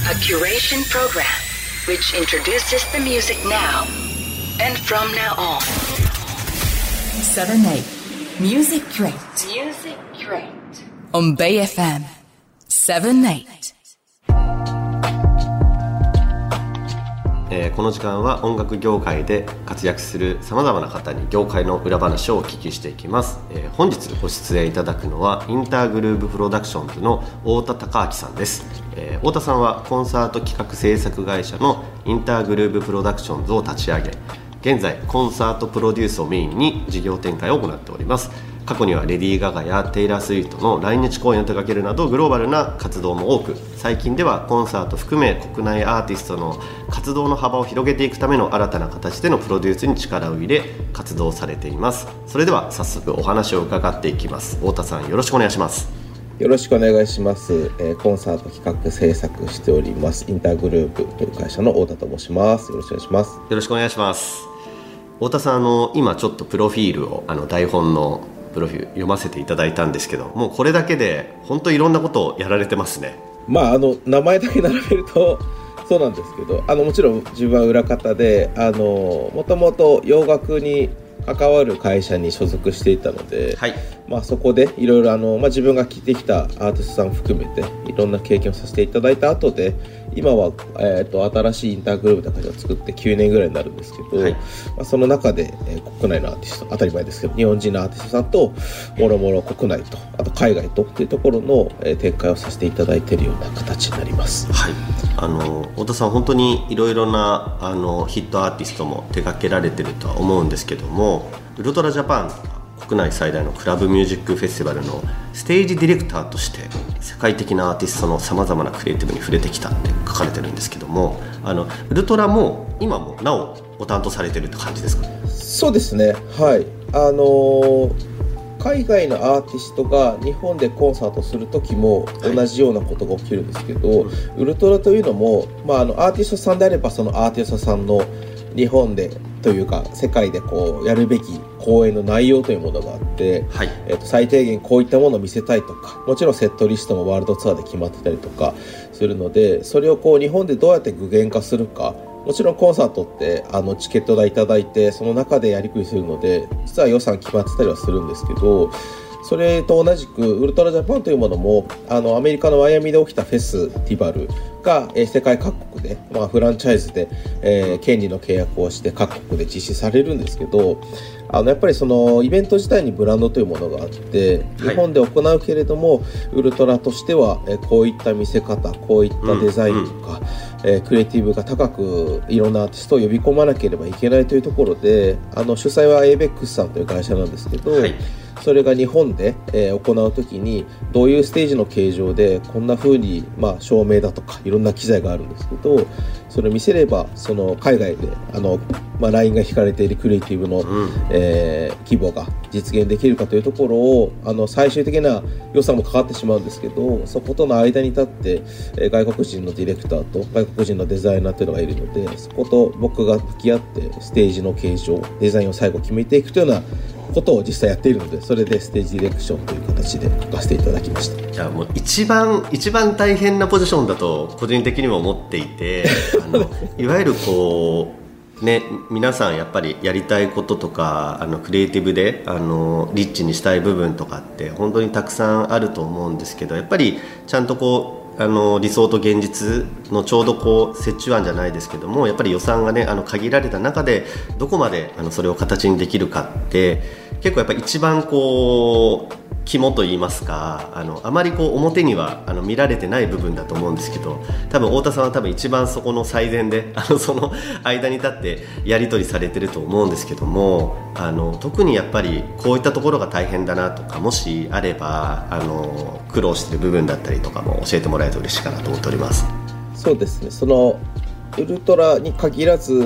A curation program which introduces the music now and from now on. 7-8 Music Crate. Music Crate On Bay FM 7-8。 この時間は音楽業界で活躍するさまざまな方に業界の裏話をお聞きしていきます。本日ご出演いただくのはインターグルーヴプロダクションズの太田孝明さんです。太田さんはコンサート企画制作会社のインターグルーヴプロダクションズを立ち上げ、現在コンサートプロデュースをメインに事業展開を行っております。過去にはレディー・ガガやテイラー・スウィフトの来日公演を手掛けるなどグローバルな活動も多く、最近ではコンサート含め国内アーティストの活動の幅を広げていくための新たな形でのプロデュースに力を入れ活動されています。それでは早速お話を伺っていきます。太田さん、よろしくお願いします。 よろしくお願いします。コンサート企画制作しておりますインターグループという会社の太田と申します。よろしくお願いします。 よろしくお願いします。太田さん、今ちょっとプロフィールを台本のプロフィール読ませていただいたんですけど、もうこれだけで本当にいろんなことをやられてますね。 名前だけ並べるとそうなんですけど、もちろん自分は裏方でもともと洋楽に関わる会社に所属していたので、はい、そこでいろいろ自分が聞いてきたアーティストさん含めていろんな経験をさせていただいた後で、今は、新しいインターグループという会社を作って9年ぐらいになるんですけど、はい、その中で、国内のアーティスト、当たり前ですけど日本人のアーティストさんともろもろ国内とあと海外というところの、展開をさせていただいているような形になります。 はい、太田さん本当にいろいろなヒットアーティストも手掛けられてるとは思うんですけども、ウルトラジャパン国内最大のクラブミュージックフェスティバルのステージディレクターとして世界的なアーティストのさまざまなクリエイティブに触れてきたって書かれてるんですけども、ウルトラも今もなおご担当されてるって感じですかね。 そうですね、はい。海外のアーティストが日本でコンサートする時も同じようなことが起きるんですけど、ウルトラというのも、アーティストさんであればそのアーティストさんの日本でというか世界でやるべき公演の内容というものがあって、はい、最低限こういったものを見せたいとか、もちろんセットリストもワールドツアーで決まってたりとかするので、それを日本でどうやって具現化するか。もちろんコンサートってチケット代いただいてその中でやりくりするので実は予算決まってたりはするんですけど、それと同じくウルトラジャパンというものもアメリカのマイアミで起きたフェスティバルが、世界各国で、フランチャイズで、権利の契約をして各国で実施されるんですけど、やっぱりそのイベント自体にブランドというものがあって日本で行うけれども、ウルトラとしてはこういった見せ方、こういったデザインとか、クリエイティブが高くいろんなアーティストを呼び込まなければいけないというところで、主催は ABEX さんという会社なんですけど、はい、それが日本で、行うときにどういうステージの形状でこんな風に、照明だとかいろんな機材があるんですけど、それを見せればその海外でラインが引かれているクリエイティブの、規模が実現できるかというところを最終的な予算もかかってしまうんですけど、そことの間に立って、外国人のディレクターと外国人のデザイナーというのがいるので、そこと僕が向き合ってステージの形状、デザインを最後決めていくというようなことを実際やっているので、それでステージディレクションという形で書かせていただきました。 じゃあもう一番大変なポジションだと個人的にも思っていていわゆる皆さんやっぱりやりたいこととかクリエイティブでリッチにしたい部分とかって本当にたくさんあると思うんですけど、やっぱりちゃんと理想と現実のちょうど折衷案じゃないですけども、やっぱり予算がね限られた中でどこまでそれを形にできるかって結構やっぱり一番肝と言いますかあまり表には見られてない部分だと思うんですけど、多分太田さんは多分一番そこの最善でその間に立ってやり取りされてると思うんですけども、特にやっぱりこういったところが大変だなとか、もしあれば苦労してる部分だったりとかも教えてもらえると嬉しいかなと思っております。 そうですね、そのウルトラに限らず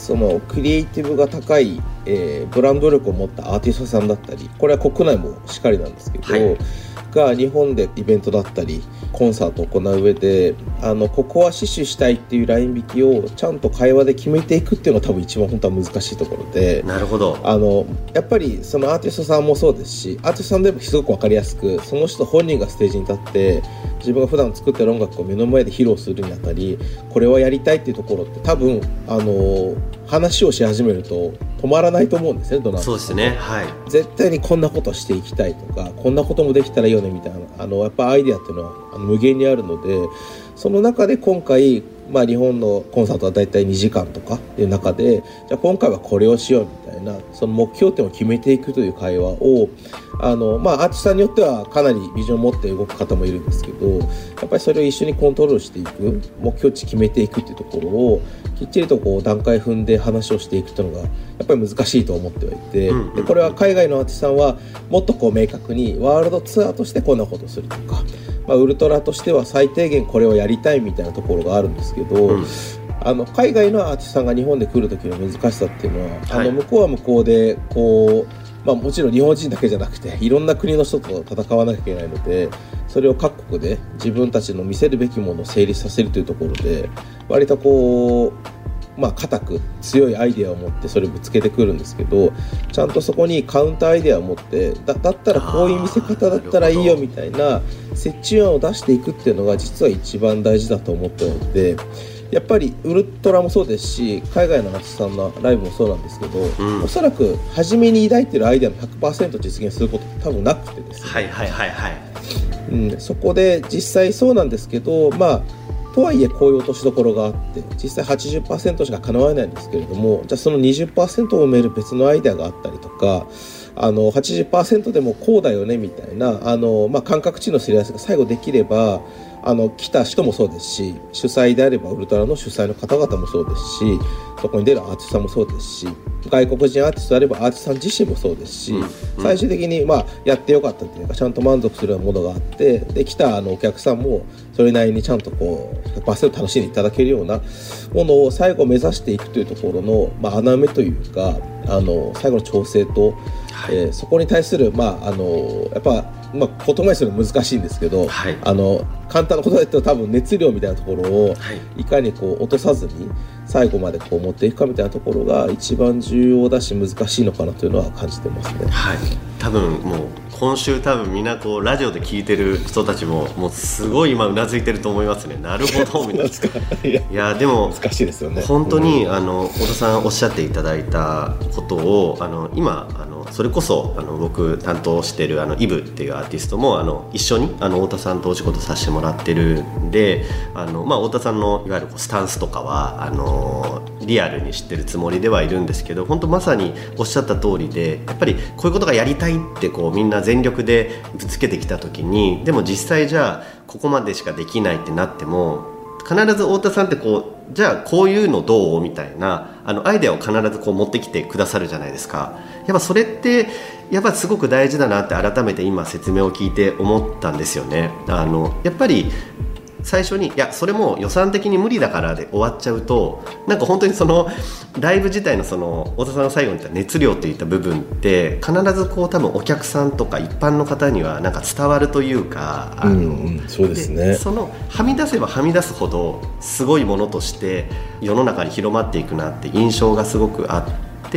そのクリエイティブが高い、ブランド力を持ったアーティストさんだったり、これは国内もしっかりなんですけど、はい、が日本でイベントだったりコンサートを行う上でここは死守したいっていうライン引きをちゃんと会話で決めていくっていうのが多分一番本当は難しいところで、 なるほど。 やっぱりそのアーティストさんもそうですし、アーティストさんでもすごく分かりやすくその人本人がステージに立って自分が普段作ってる音楽を目の前で披露するにあたり、これはやりたいっていうところって多分話をし始めると止まらないと思うんですね。 そうですね、はい、 絶対にこんなことしていきたいとか、こんなこともできたらいいよねみたいなやっぱアイデアっていうのは無限にあるので、その中で今回、日本のコンサートはだいたい2時間とかっていう中で、じゃあ今回はこれをしようみたいな、その目標点を決めていくという会話をアーティストさんによってはかなりビジョンを持って動く方もいるんですけど、やっぱりそれを一緒にコントロールしていく、目標値決めていくっていうところをきっちりと段階踏んで話をしていくというのがやっぱり難しいと思ってはいて、でこれは海外のアーティストさんはもっと明確にワールドツアーとしてこんなことをするとか、ウルトラとしては最低限これをやりたいみたいなところがあるんですけど、海外のアーティストさんが日本で来る時の難しさっていうのは、向こうは向こうでもちろん日本人だけじゃなくていろんな国の人と戦わなきゃいけないので、それを各国で自分たちの見せるべきものを成立させるというところで割と固く強いアイデアを持ってそれをぶつけてくるんですけど、ちゃんとそこにカウンターアイデアを持ってだったらこういう見せ方だったらいいよみたいな折衷案を出していくっていうのが実は一番大事だと思っているので、やっぱりウルトラもそうですし海外のアーティストさんのライブもそうなんですけど、おそらく初めに抱いているアイデアの 100% 実現することって多分なくてですね、そこで実際そうなんですけど、とはいえこういう落としどころがあって実際 80% しか叶わないんですけれども、じゃあその 20% を埋める別のアイデアがあったりとか、80% でもこうだよねみたいな感覚値のすり合わせが最後できれば、来た人もそうですし、主催であればウルトラの主催の方々もそうですし、そこに出るアーティストさんもそうですし、外国人アーティストであればアーティストさん自身もそうですし、最終的にやってよかったというかちゃんと満足するようなものがあって、で来たお客さんもそれなりにちゃんと100% 楽しんでいただけるようなものを最後目指していくというところの、穴埋めというか最後の調整と、そこに対するやっぱ言葉にするの難しいんですけど、簡単なことで言ったら多分熱量みたいなところをいかに落とさずに最後まで持っていくかみたいなところが一番重要だし難しいのかなというのは感じてますね。 多分もう今週みんなラジオで聞いてる人たちもうすごい今うなずいてると思いますね。なるほどみたいな。いやでも難しいですよね。 本当に太田さんおっしゃっていただいたことを今それこそ僕担当しているイブっていうアーティストも一緒に太田さんとお仕事させてもらってるんで、太田さんのいわゆるスタンスとかはリアルに知ってるつもりではいるんですけど、本当まさにおっしゃった通りで、やっぱりこういうことがやりたいってみんな全力でぶつけてきた時に、でも実際じゃあここまでしかできないってなっても必ず太田さんってじゃあこういうのどうみたいなアイデアを必ず持ってきてくださるじゃないですか。やっぱそれってやっぱすごく大事だなって改めて今説明を聞いて思ったんですよね。やっぱり最初にそれも予算的に無理だからで終わっちゃうと、本当にライブ自体の太田さんの最後に言った熱量といった部分って必ず多分お客さんとか一般の方には伝わるというか、 そうですね。 はみ出せばはみ出すほどすごいものとして世の中に広まっていくなって印象がすごくあって、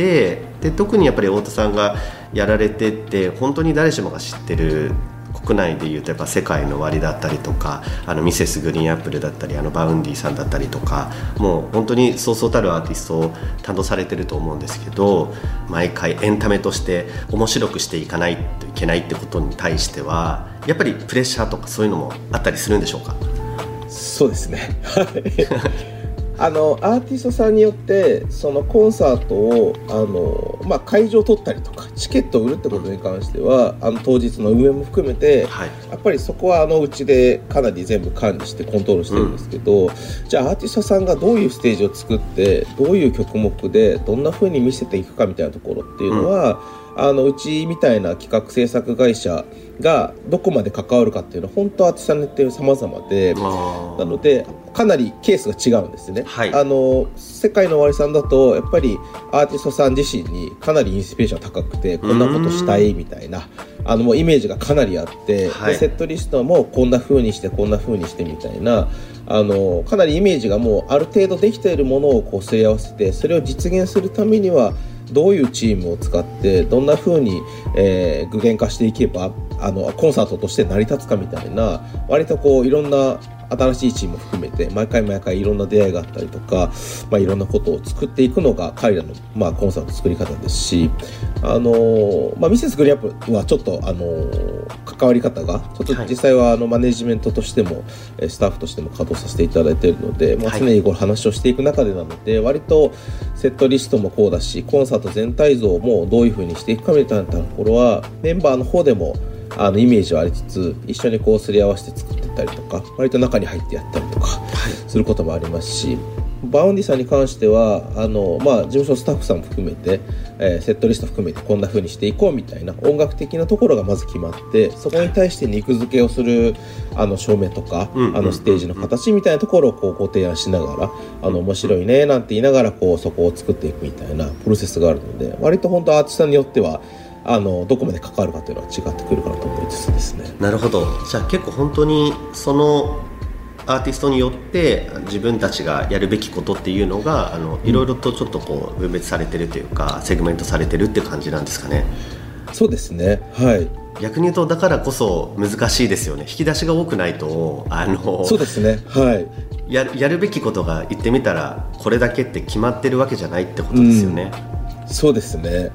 で特にやっぱり太田さんがやられてって本当に誰しもが知ってる、国内でいうとやっぱ世界の終わりだったりとかミセスグリーンアップルだったりバウンディさんだったりとか、もう本当にそうそうたるアーティストを担当されてると思うんですけど、毎回エンタメとして面白くしていかないといけないってことに対してはやっぱりプレッシャーとかそういうのもあったりするんでしょうか？ そうですねアーティストさんによってそのコンサートを会場を取ったりとかチケットを売るってことに関しては当日の運営も含めて、やっぱりそこはうちでかなり全部管理してコントロールしてるんですけど、じゃあアーティストさんがどういうステージを作ってどういう曲目でどんな風に見せていくかみたいなところっていうのは、 うちみたいな企画制作会社がどこまで関わるかっていうのは本当はアーティストによって様々で、なのでかなりケースが違うんですね、はい、世界の終わりさんだとやっぱりアーティストさん自身にかなりインスピレーション高くて、こんなことしたいみたいなもうイメージがかなりあって、はい、セットリストもこんな風にしてこんな風にしてみたいなかなりイメージがもうある程度できているものをこうすり合わせて、それを実現するためにはどういうチームを使ってどんな風に、具現化していけばコンサートとして成り立つかみたいな、割とこういろんな新しいチームも含めて毎回いろんな出会いがあったりとか、いろんなことを作っていくのが彼らの、コンサート作り方ですし、ミセスグリーンアップはちょっと関わり方がちょっと実際はマネジメントとしてもスタッフとしても稼働させていただいているので、常にこう話をしていく中でなので、割とセットリストもこうだし、コンサート全体像もどういう風にしていくかみたいなところはメンバーの方でもイメージはありつつ、一緒にこうすり合わせて作っていったりとか、割と中に入ってやったりとかすることもありますし、バウンディさんに関しては事務所スタッフさんも含めて、セットリスト含めてこんな風にしていこうみたいな音楽的なところがまず決まって、そこに対して肉付けをする照明とかステージの形みたいなところをこうご提案しながら面白いねなんて言いながらこうそこを作っていくみたいなプロセスがあるので、割と本当アーティストによってはどこまで関わるかというのは違ってくるかなと思いつつですね。 なるほど。じゃあ結構本当にそのアーティストによって自分たちがやるべきことっていうのがいろいろとちょっとこう分別されてるというか、セグメントされてるって感じなんですかね。 そうですね、はい。 逆に言うとだからこそ難しいですよね。引き出しが多くないとそうですね、はい、 やるべきことが言ってみたらこれだけって決まってるわけじゃないってことですよね。 そうですね。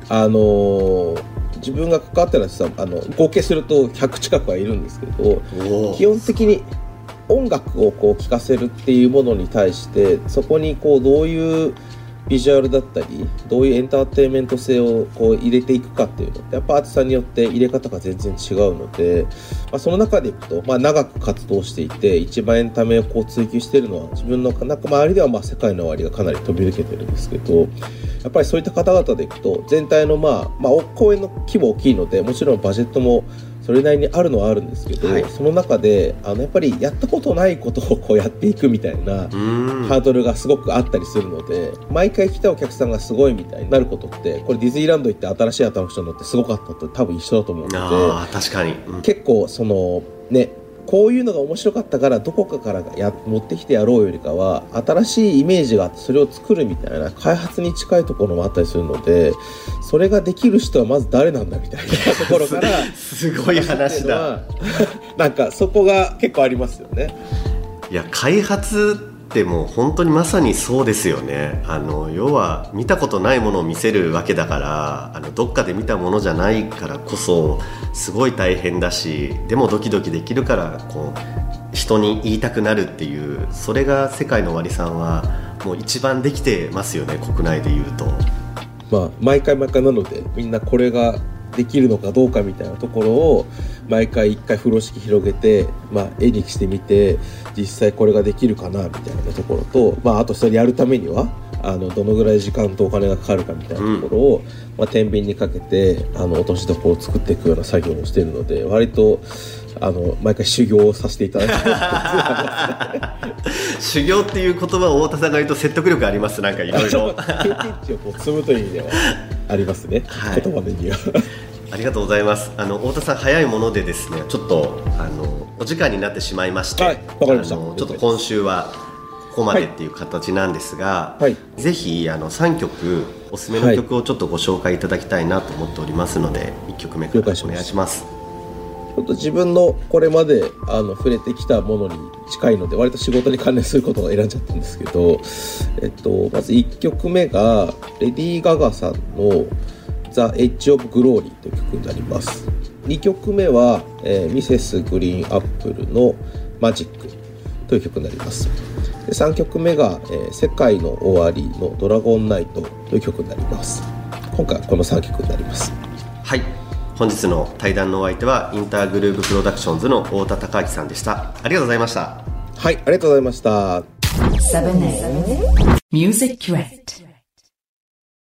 自分が関わってるのは合計すると100近くはいるんですけど、基本的に音楽をこう聴かせるっていうものに対して、そこにこうどういうビジュアルだったりどういうエンターテインメント性をこう入れていくかっていうのってやっぱアーティストさんによって入れ方が全然違うので、その中でいくと、長く活動していて一番エンタメをこう追求しているのは自分の周りでは世界の終わりがかなり飛び抜けてるんですけど、やっぱりそういった方々でいくと全体の公演の規模大きいので、もちろんバジェットもそれなりにあるのはあるんですけど、はい、その中でやっぱりやったことないことをこうやっていくみたいなハードルがすごくあったりするので、毎回来たお客さんがすごいみたいになることって、これディズニーランド行って新しいアトラクション乗ってすごかったと多分一緒だと思うので、 確かに、 結構こういうのが面白かったからどこかから持ってきてやろうよりかは、新しいイメージがあってそれを作るみたいな開発に近いところもあったりするので、それができる人はまず誰なんだみたいなところからすごい話だなんかそこが結構ありますよね。 いや、開発ってもう本当にまさにそうですよね。要は見たことないものを見せるわけだから、どっかで見たものじゃないからこそすごい大変だし、でもドキドキできるからこう人に言いたくなるっていう、それが世界の終わりさんはもう一番できてますよね、国内でいうと。 毎回なので、みんなこれができるのかどうかみたいなところを毎回一回風呂敷広げて、絵にしてみて実際これができるかなみたいなところと、あとそれやるためにはどのぐらい時間とお金がかかるかみたいなところを、天秤にかけて落としどころを作っていくような作業をしているので、割と毎回修行をさせていただいて修行っていう言葉を太田さんが言うと説得力あります。なんかいろいろ経験値を積むという意味ではありますね、はい、言葉の意味はありがとうございます。太田さん、早いものでですね、ちょっとお時間になってしまいまして、 はい、わかりました。 ちょっと今週はここまでっていう形なんですが、 はい、 ぜひ3曲おすすめの曲をちょっとご紹介いただきたいなと思っておりますので、1曲目からお願いします。 ちょっと自分のこれまで触れてきたものに近いので、割と仕事に関連することを選んじゃったんですけど、まず1曲目がレディー・ガガさんのThe Edge of Glory という曲になります。2曲目は、ミセスグリーンアップルのマジックという曲になります。で3曲目が、世界の終わりのドラゴンナイトという曲になります。今回はこの3曲になります。 はい、本日の対談のお相手はインターグルーヴプロダクションズの太田孝明さんでした。ありがとうございました。 はい、ありがとうございました。 7 Music Direct